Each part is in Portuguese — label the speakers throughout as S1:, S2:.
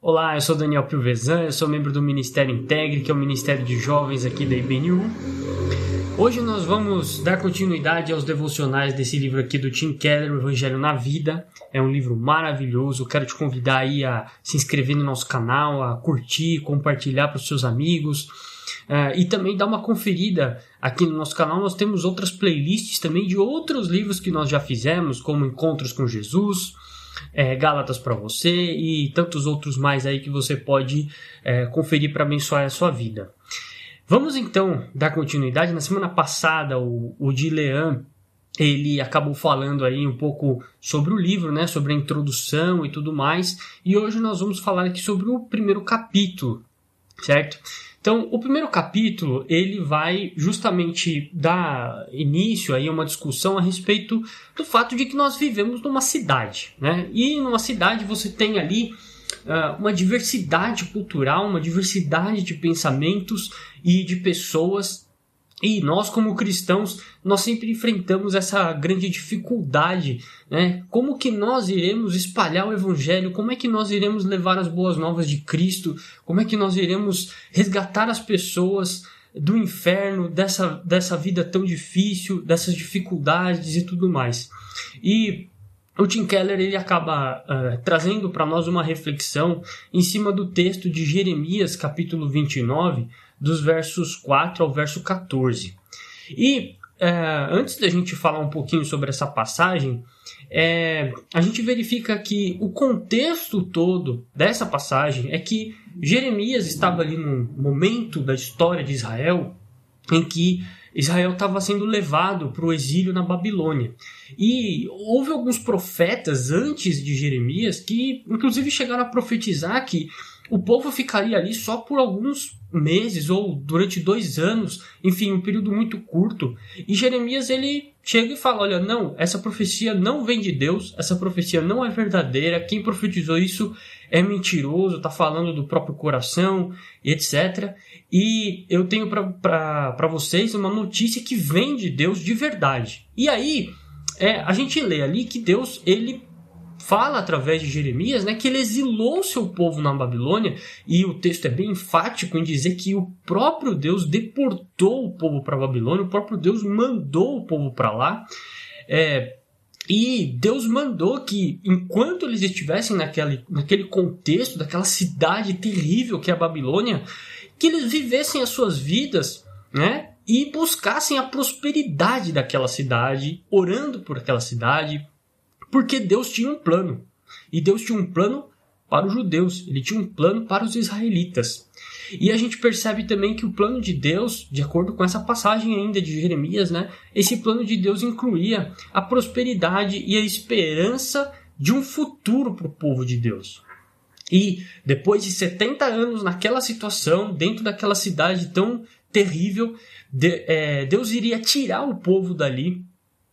S1: Olá, eu sou Daniel Pilvezan, eu sou membro do Ministério Integre, que é o Ministério de Jovens aqui da IBNU. Hoje nós vamos dar continuidade aos devocionais desse livro aqui do Tim Keller, O Evangelho na Vida. É um livro maravilhoso, quero te convidar aí a se inscrever no nosso canal, a curtir, compartilhar para os seus amigos. E também dar uma conferida aqui no nosso canal. Nós temos outras playlists também de outros livros que nós já fizemos, como Encontros com Jesus, Gálatas para você e tantos outros mais aí que você pode conferir para abençoar a sua vida. Vamos então dar continuidade. Na semana passada o Dilean, ele acabou falando aí um pouco sobre o livro, né, sobre a introdução e tudo mais, e hoje nós vamos falar aqui sobre o primeiro capítulo, certo? Então, o primeiro capítulo, ele vai justamente dar início aí a uma discussão a respeito do fato de que nós vivemos numa cidade, né? E numa cidade você tem ali uma diversidade cultural, uma diversidade de pensamentos e de pessoas. E nós, como cristãos, nós sempre enfrentamos essa grande dificuldade, né? Como que nós iremos espalhar o Evangelho? Como é que nós iremos levar as boas novas de Cristo? Como é que nós iremos resgatar as pessoas do inferno, dessa vida tão difícil, dessas dificuldades e tudo mais? E o Tim Keller, ele acaba trazendo para nós uma reflexão em cima do texto de Jeremias, capítulo 29, dos versos 4 ao verso 14. E antes da gente falar um pouquinho sobre essa passagem, a gente verifica que o contexto todo dessa passagem é que Jeremias estava ali num momento da história de Israel em que Israel estava sendo levado para o exílio na Babilônia. E houve alguns profetas antes de Jeremias que, inclusive, chegaram a profetizar que o povo ficaria ali só por alguns meses ou durante 2 anos, enfim, um período muito curto. E Jeremias, ele chega e fala, olha, não, essa profecia não vem de Deus, essa profecia não é verdadeira, quem profetizou isso é mentiroso, está falando do próprio coração, etc. E eu tenho para vocês uma notícia que vem de Deus de verdade. E aí, a gente lê ali que Deus, ele fala através de Jeremias, né, que ele exilou o seu povo na Babilônia, e o texto é bem enfático em dizer que o próprio Deus deportou o povo para a Babilônia, o próprio Deus mandou o povo para lá, e Deus mandou que, enquanto eles estivessem naquele contexto, daquela cidade terrível que é a Babilônia, que eles vivessem as suas vidas, né, e buscassem a prosperidade daquela cidade, orando por aquela cidade, porque Deus tinha um plano. E Deus tinha um plano para os judeus. Ele tinha um plano para os israelitas. E a gente percebe também que o plano de Deus, de acordo com essa passagem ainda de Jeremias, né, esse plano de Deus incluía a prosperidade e a esperança de um futuro para o povo de Deus. E depois de 70 anos naquela situação, dentro daquela cidade tão terrível, Deus iria tirar o povo dali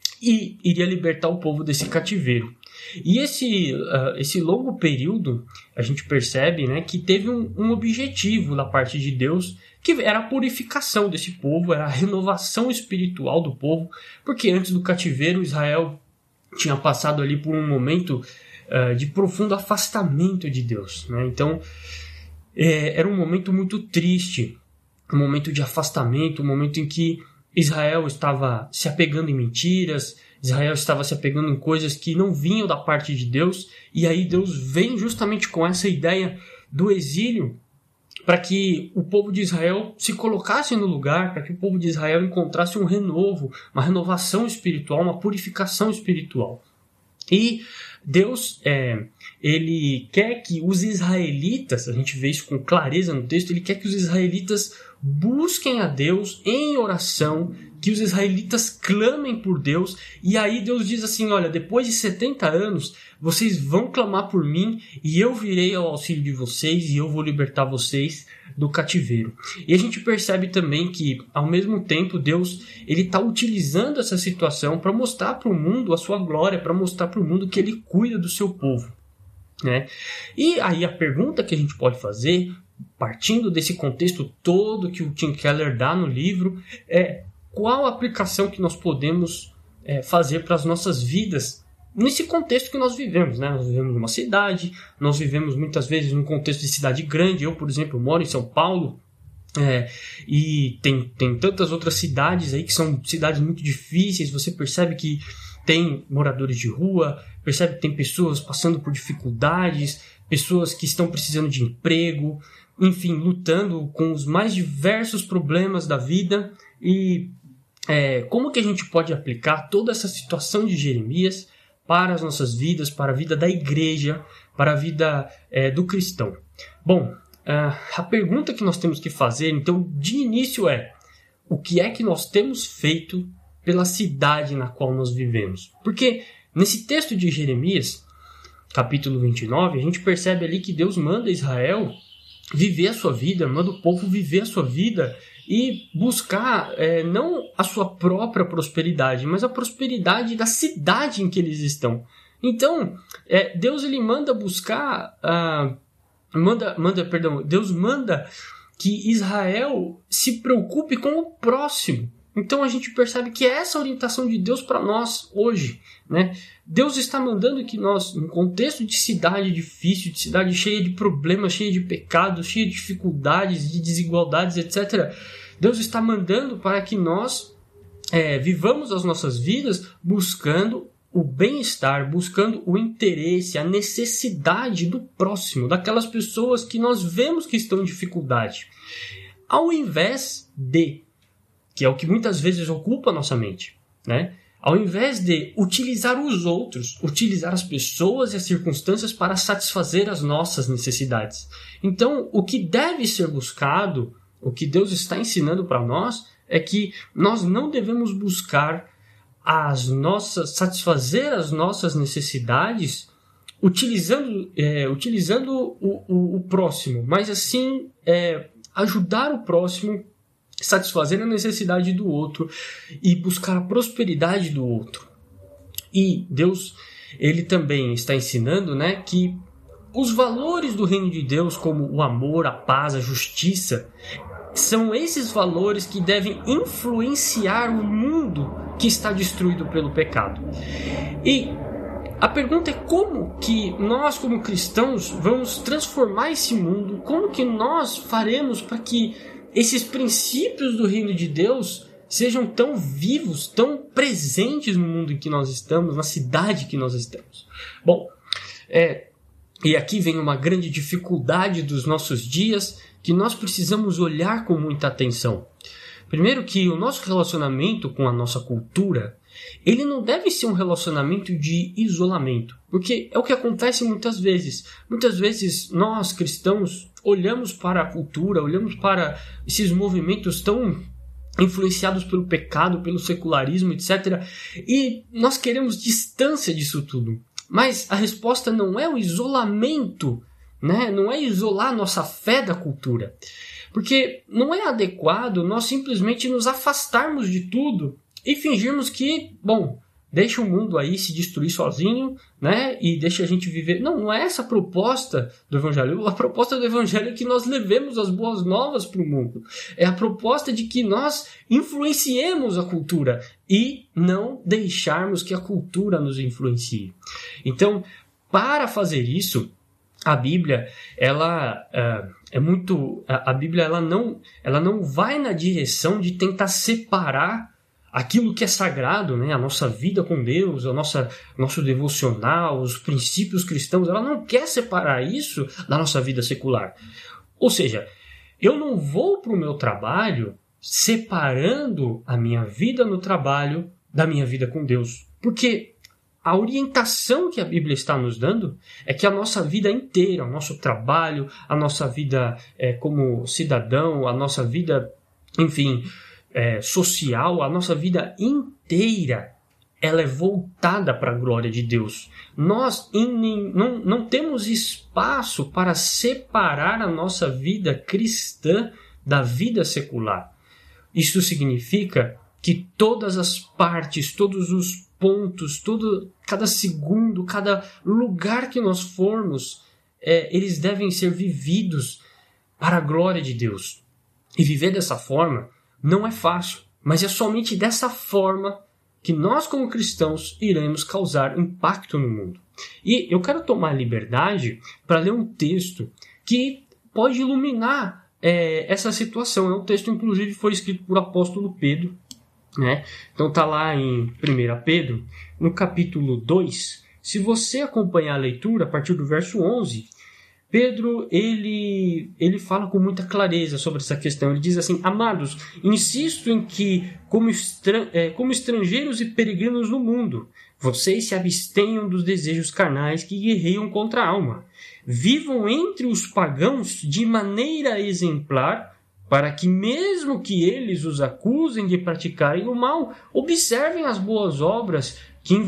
S1: e iria libertar o povo desse cativeiro. E esse longo período, a gente percebe, né, que teve um objetivo da parte de Deus, que era a purificação desse povo, era a renovação espiritual do povo, porque antes do cativeiro Israel tinha passado ali por um momento de profundo afastamento de Deus, né? Então era um momento muito triste, um momento de afastamento, um momento em que Israel estava se apegando em mentiras, Israel estava se apegando em coisas que não vinham da parte de Deus, e aí Deus vem justamente com essa ideia do exílio para que o povo de Israel se colocasse no lugar, para que o povo de Israel encontrasse um renovo, uma renovação espiritual, uma purificação espiritual. E Deus, ele quer que os israelitas, a gente vê isso com clareza no texto, ele quer que os israelitas busquem a Deus em oração, que os israelitas clamem por Deus, e aí Deus diz assim, olha, depois de 70 anos, vocês vão clamar por mim, e eu virei ao auxílio de vocês, e eu vou libertar vocês do cativeiro. E a gente percebe também que, ao mesmo tempo, Deus ele está utilizando essa situação para mostrar para o mundo a sua glória, para mostrar para o mundo que ele cuida do seu povo, né? E aí a pergunta que a gente pode fazer, partindo desse contexto todo que o Tim Keller dá no livro, é qual a aplicação que nós podemos fazer para as nossas vidas nesse contexto que nós vivemos, né? Nós vivemos numa cidade, nós vivemos muitas vezes num contexto de cidade grande. Eu, por exemplo, moro em São Paulo, e tem tantas outras cidades aí que são cidades muito difíceis. Você percebe que tem moradores de rua, percebe que tem pessoas passando por dificuldades, pessoas que estão precisando de emprego, enfim, lutando com os mais diversos problemas da vida. E como que a gente pode aplicar toda essa situação de Jeremias para as nossas vidas, para a vida da igreja, para a vida do cristão? Bom, a pergunta que nós temos que fazer, então, de início o que é que nós temos feito pela cidade na qual nós vivemos? Porque nesse texto de Jeremias, capítulo 29, a gente percebe ali que Deus manda Israel viver a sua vida, manda o povo viver a sua vida e buscar não a sua própria prosperidade, mas a prosperidade da cidade em que eles estão. Então, Deus ele manda buscar... Deus manda que Israel se preocupe com o próximo. Então a gente percebe que é essa a orientação de Deus para nós hoje, né? Deus está mandando que nós, num contexto de cidade difícil, de cidade cheia de problemas, cheia de pecados, cheia de dificuldades, de desigualdades, etc., Deus está mandando para que nós vivamos as nossas vidas buscando o bem-estar, buscando o interesse, a necessidade do próximo, daquelas pessoas que nós vemos que estão em dificuldade. Ao invés de, que é o que muitas vezes ocupa a nossa mente, né? Ao invés de utilizar os outros, utilizar as pessoas e as circunstâncias para satisfazer as nossas necessidades. Então, o que deve ser buscado, o que Deus está ensinando para nós, é que nós não devemos buscar satisfazer as nossas necessidades utilizando o próximo, mas assim ajudar o próximo, satisfazer a necessidade do outro e buscar a prosperidade do outro. E Deus ele também está ensinando, né, que os valores do reino de Deus, como o amor, a paz, a justiça, são esses valores que devem influenciar o mundo que está destruído pelo pecado. E a pergunta é como que nós, como cristãos, vamos transformar esse mundo? Como que nós faremos para que esses princípios do reino de Deus sejam tão vivos, tão presentes no mundo em que nós estamos, na cidade que nós estamos? Bom, e aqui vem uma grande dificuldade dos nossos dias, que nós precisamos olhar com muita atenção. Primeiro que o nosso relacionamento com a nossa cultura, ele não deve ser um relacionamento de isolamento, porque é o que acontece muitas vezes. Muitas vezes nós, cristãos, olhamos para a cultura, olhamos para esses movimentos tão influenciados pelo pecado, pelo secularismo, etc. E nós queremos distância disso tudo. Mas a resposta não é o isolamento, né? Não é isolar a nossa fé da cultura. Porque não é adequado nós simplesmente nos afastarmos de tudo e fingirmos que, bom, deixa o mundo aí se destruir sozinho, né? E deixa a gente viver. Não é essa a proposta do Evangelho. A proposta do Evangelho é que nós levemos as boas novas para o mundo. É a proposta de que nós influenciemos a cultura e não deixarmos que a cultura nos influencie. Então, para fazer isso, a Bíblia, a Bíblia ela não vai na direção de tentar separar aquilo que é sagrado, né? A nossa vida com Deus, nosso devocional, os princípios cristãos. Ela não quer separar isso da nossa vida secular. Ou seja, eu não vou para o meu trabalho separando a minha vida no trabalho da minha vida com Deus. Porque a orientação que a Bíblia está nos dando é que a nossa vida inteira, o nosso trabalho, a nossa vida como cidadão, a nossa vida, enfim, social, a nossa vida inteira, ela é voltada para a glória de Deus. Nós não temos espaço para separar a nossa vida cristã da vida secular. Isso significa que todas as partes, todos os pontos, cada segundo, cada lugar que nós formos, eles devem ser vividos para a glória de Deus. E viver dessa forma não é fácil, mas é somente dessa forma que nós, como cristãos, iremos causar impacto no mundo. E eu quero tomar a liberdade para ler um texto que pode iluminar essa situação. É um texto, inclusive, foi escrito por apóstolo Pedro, né? Então está lá em 1 Pedro, no capítulo 2. Se você acompanhar a leitura, a partir do verso 11, Pedro ele fala com muita clareza sobre essa questão. Ele diz assim: amados, insisto em que, como estrangeiros e peregrinos no mundo, vocês se abstenham dos desejos carnais que guerreiam contra a alma. Vivam entre os pagãos de maneira exemplar, para que, mesmo que eles os acusem de praticarem o mal, observem as boas obras que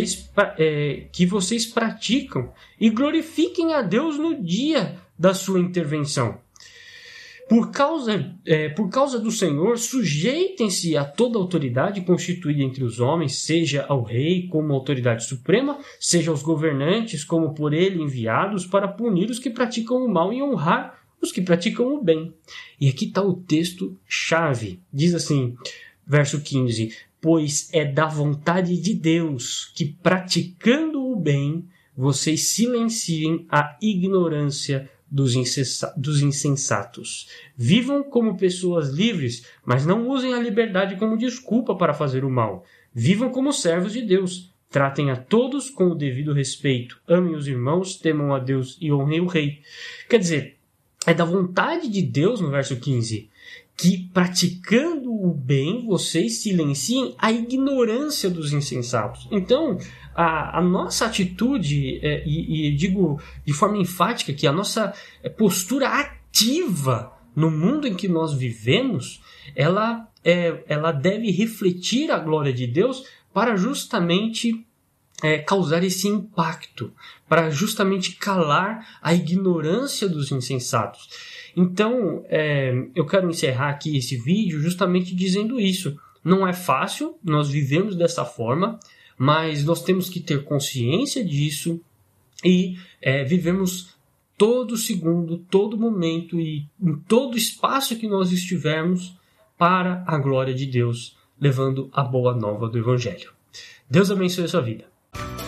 S1: vocês praticam e glorifiquem a Deus no dia da sua intervenção. Por causa do Senhor, sujeitem-se a toda autoridade constituída entre os homens, seja ao rei como autoridade suprema, seja aos governantes como por ele enviados, para punir os que praticam o mal e honrar os que praticam o bem. E aqui está o texto-chave. Diz assim, verso 15: pois é da vontade de Deus que, praticando o bem, vocês silenciem a ignorância dos insensatos. Vivam como pessoas livres, mas não usem a liberdade como desculpa para fazer o mal. Vivam como servos de Deus. Tratem a todos com o devido respeito. Amem os irmãos, temam a Deus e honrem o rei. Quer dizer, é da vontade de Deus, no verso 15, que, praticando o bem, vocês silenciem a ignorância dos insensatos. Então, a nossa atitude, e digo de forma enfática que a nossa postura ativa no mundo em que nós vivemos, ela deve refletir a glória de Deus para justamente causar esse impacto, para justamente calar a ignorância dos insensatos. Então, eu quero encerrar aqui esse vídeo justamente dizendo isso. Não é fácil, nós vivemos dessa forma, mas nós temos que ter consciência disso e vivemos todo segundo, todo momento e em todo espaço que nós estivermos para a glória de Deus, levando a boa nova do Evangelho. Deus abençoe a sua vida.